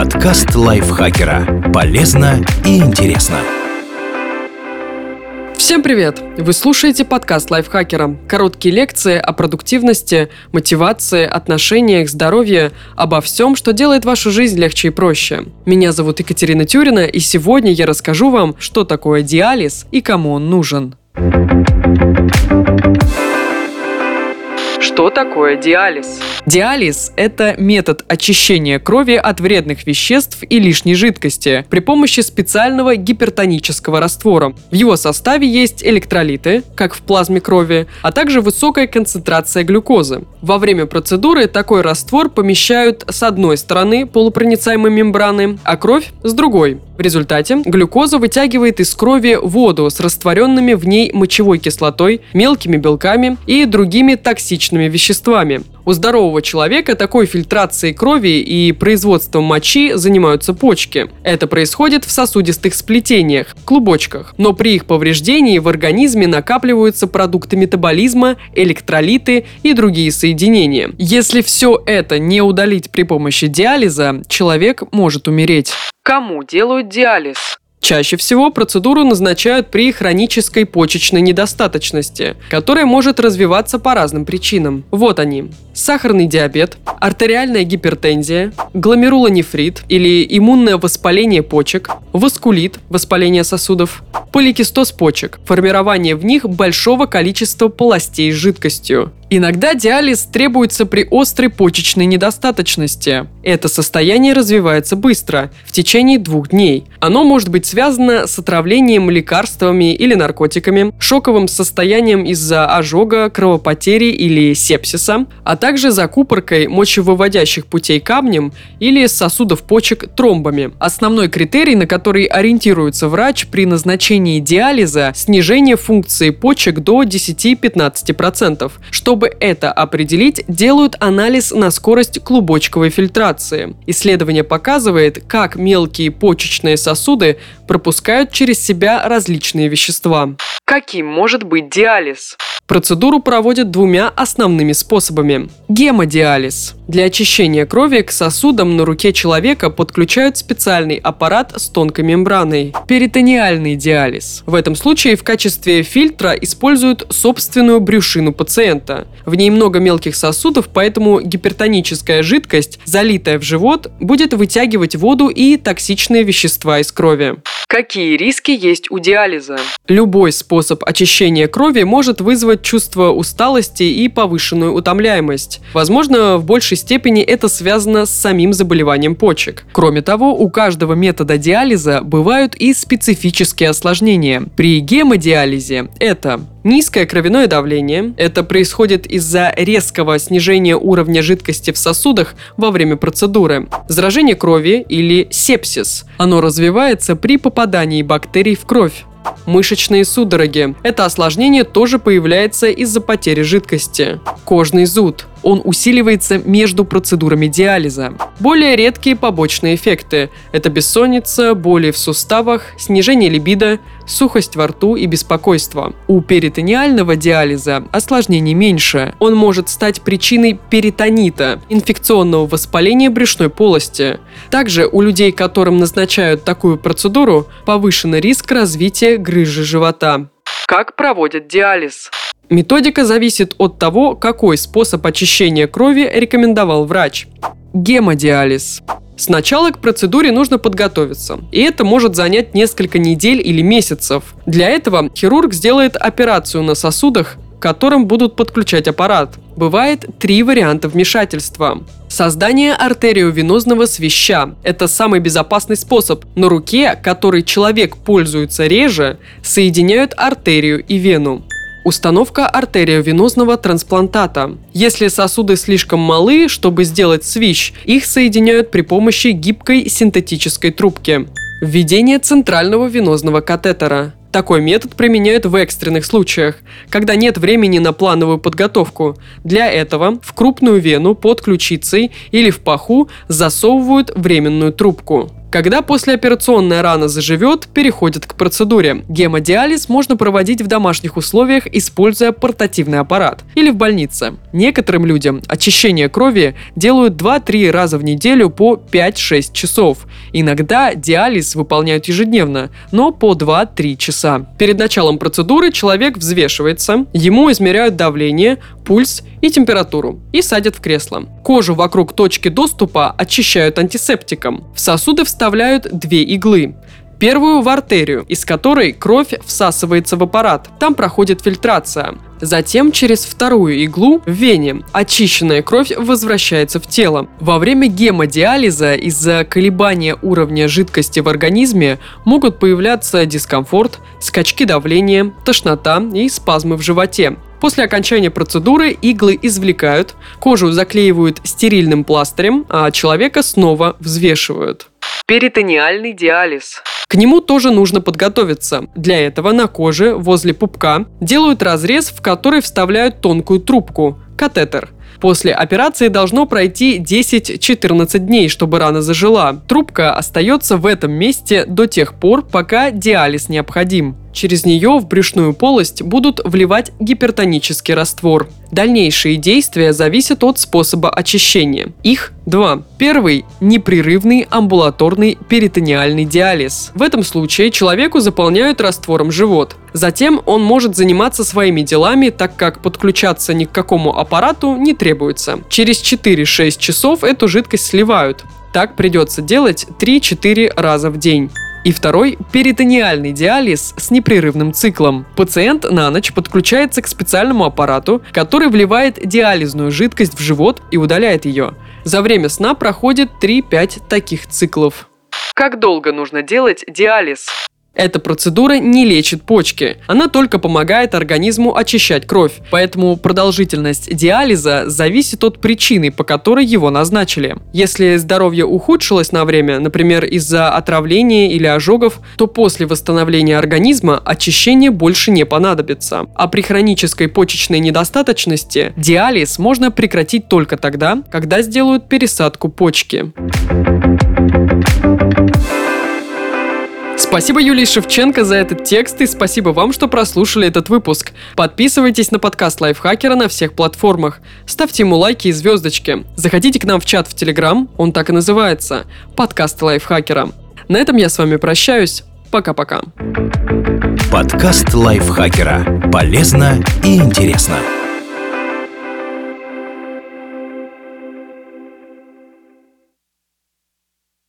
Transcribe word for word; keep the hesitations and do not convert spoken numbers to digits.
Подкаст лайфхакера. Полезно и интересно. Всем привет! Вы слушаете подкаст лайфхакера. Короткие лекции о продуктивности, мотивации, отношениях, здоровье, обо всем, что делает вашу жизнь легче и проще. Меня зовут Екатерина Тюрина, и сегодня я расскажу вам, что такое диализ и кому он нужен. Что такое диализ? Диализ – это метод очищения крови от вредных веществ и лишней жидкости при помощи специального гипертонического раствора. В его составе есть электролиты, как в плазме крови, а также высокая концентрация глюкозы. Во время процедуры такой раствор помещают с одной стороны полупроницаемой мембраны, а кровь – с другой. В результате глюкоза вытягивает из крови воду с растворенными в ней мочевой кислотой, мелкими белками и другими токсичными веществами. У здорового человека такой фильтрацией крови и производством мочи занимаются почки. Это происходит в сосудистых сплетениях, клубочках. Но при их повреждении в организме накапливаются продукты метаболизма, электролиты и другие соединения. Если все это не удалить при помощи диализа, человек может умереть. Кому делают диализ? Чаще всего процедуру назначают при хронической почечной недостаточности, которая может развиваться по разным причинам. Вот они: сахарный диабет, артериальная гипертензия, гломерулонефрит или иммунное воспаление почек, васкулит, воспаление сосудов, поликистоз почек, формирование в них большого количества полостей с жидкостью. Иногда диализ требуется при острой почечной недостаточности. Это состояние развивается быстро, в течение двух дней. Оно может быть связано с отравлением лекарствами или наркотиками, шоковым состоянием из-за ожога, кровопотери или сепсиса, а также закупоркой мочевыводящих путей камнем или сосудов почек тромбами. Основной критерий, на который ориентируется врач при назначении диализа – снижение функции почек до десять-пятнадцать процентов. Чтобы это определить, делают анализ на скорость клубочковой фильтрации. Исследование показывает, как мелкие почечные сосуды пропускают через себя различные вещества. Каким может быть диализ? Процедуру проводят двумя основными способами. Гемодиализ. Для очищения крови к сосудам на руке человека подключают специальный аппарат с тонкой мембраной. Перитонеальный диализ. В этом случае в качестве фильтра используют собственную брюшину пациента. В ней много мелких сосудов, поэтому гипертоническая жидкость, залитая в живот, будет вытягивать воду и токсичные вещества из крови. Какие риски есть у диализа? Любой способ очищения крови может вызвать чувство усталости и повышенную утомляемость. Возможно, в большей степени это связано с самим заболеванием почек. Кроме того, у каждого метода диализа бывают и специфические осложнения. При гемодиализе это низкое кровяное давление. Это происходит из-за резкого снижения уровня жидкости в сосудах во время процедуры. Заражение крови или сепсис. Оно развивается при попадании бактерий в кровь. Мышечные судороги. Это осложнение тоже появляется из-за потери жидкости. Кожный зуд. Он усиливается между процедурами диализа. Более редкие побочные эффекты – это бессонница, боли в суставах, снижение либидо, сухость во рту и беспокойство. У перитонеального диализа осложнений меньше. Он может стать причиной перитонита, инфекционного воспаления брюшной полости. Также у людей, которым назначают такую процедуру, повышенный риск развития грыжи живота. Как проводят диализ? Методика зависит от того, какой способ очищения крови рекомендовал врач. Гемодиализ. Сначала к процедуре нужно подготовиться, и это может занять несколько недель или месяцев. Для этого хирург сделает операцию на сосудах, к которым будут подключать аппарат. Бывает три варианта вмешательства. Создание артериовенозного свища – это самый безопасный способ. На руке, которой человек пользуется реже, соединяют артерию и вену. Установка артериовенозного трансплантата. Если сосуды слишком малы, чтобы сделать свищ, их соединяют при помощи гибкой синтетической трубки. Введение центрального венозного катетера. Такой метод применяют в экстренных случаях, когда нет времени на плановую подготовку. Для этого в крупную вену под ключицей или в паху засовывают временную трубку. Когда послеоперационная рана заживет, переходит к процедуре. Гемодиализ можно проводить в домашних условиях, используя портативный аппарат, или в больнице. Некоторым людям очищение крови делают два-три раза в неделю по пять-шесть часов. Иногда диализ выполняют ежедневно, но по два-три часа. Перед началом процедуры человек взвешивается, ему измеряют давление, пульс и температуру и садят в кресло. Кожу вокруг точки доступа очищают антисептиком. В сосуды вставляют две иглы. Первую в артерию, из которой кровь всасывается в аппарат. Там проходит фильтрация. Затем через вторую иглу в вене очищенная кровь возвращается в тело. Во время гемодиализа из-за колебания уровня жидкости в организме могут появляться дискомфорт, скачки давления, тошнота и спазмы в животе. После окончания процедуры иглы извлекают, кожу заклеивают стерильным пластырем, а человека снова взвешивают. Перитонеальный диализ. К нему тоже нужно подготовиться. Для этого на коже возле пупка делают разрез, в который вставляют тонкую трубку – катетер. После операции должно пройти десять-четырнадцать дней, чтобы рана зажила. Трубка остается в этом месте до тех пор, пока диализ необходим. Через нее в брюшную полость будут вливать гипертонический раствор. Дальнейшие действия зависят от способа очищения. Их два. Первый – непрерывный амбулаторный перитонеальный диализ. В этом случае человеку заполняют раствором живот. Затем он может заниматься своими делами, так как подключаться ни к какому аппарату не требуется. Через четыре-шесть часов эту жидкость сливают. Так придется делать три-четыре раза в день. И второй – перитонеальный диализ с непрерывным циклом. Пациент на ночь подключается к специальному аппарату, который вливает диализную жидкость в живот и удаляет ее. За время сна проходит три-пять таких циклов. Как долго нужно делать диализ? Эта процедура не лечит почки, она только помогает организму очищать кровь, поэтому продолжительность диализа зависит от причины, по которой его назначили. Если здоровье ухудшилось на время, например, из-за отравления или ожогов, то после восстановления организма очищение больше не понадобится. А при хронической почечной недостаточности диализ можно прекратить только тогда, когда сделают пересадку почки. Спасибо Юлии Шевченко за этот текст и спасибо вам, что прослушали этот выпуск. Подписывайтесь на подкаст Лайфхакера на всех платформах. Ставьте ему лайки и звездочки. Заходите к нам в чат в Телеграм, он так и называется – подкаст Лайфхакера. На этом я с вами прощаюсь. Пока-пока. Подкаст Лайфхакера. Полезно и интересно.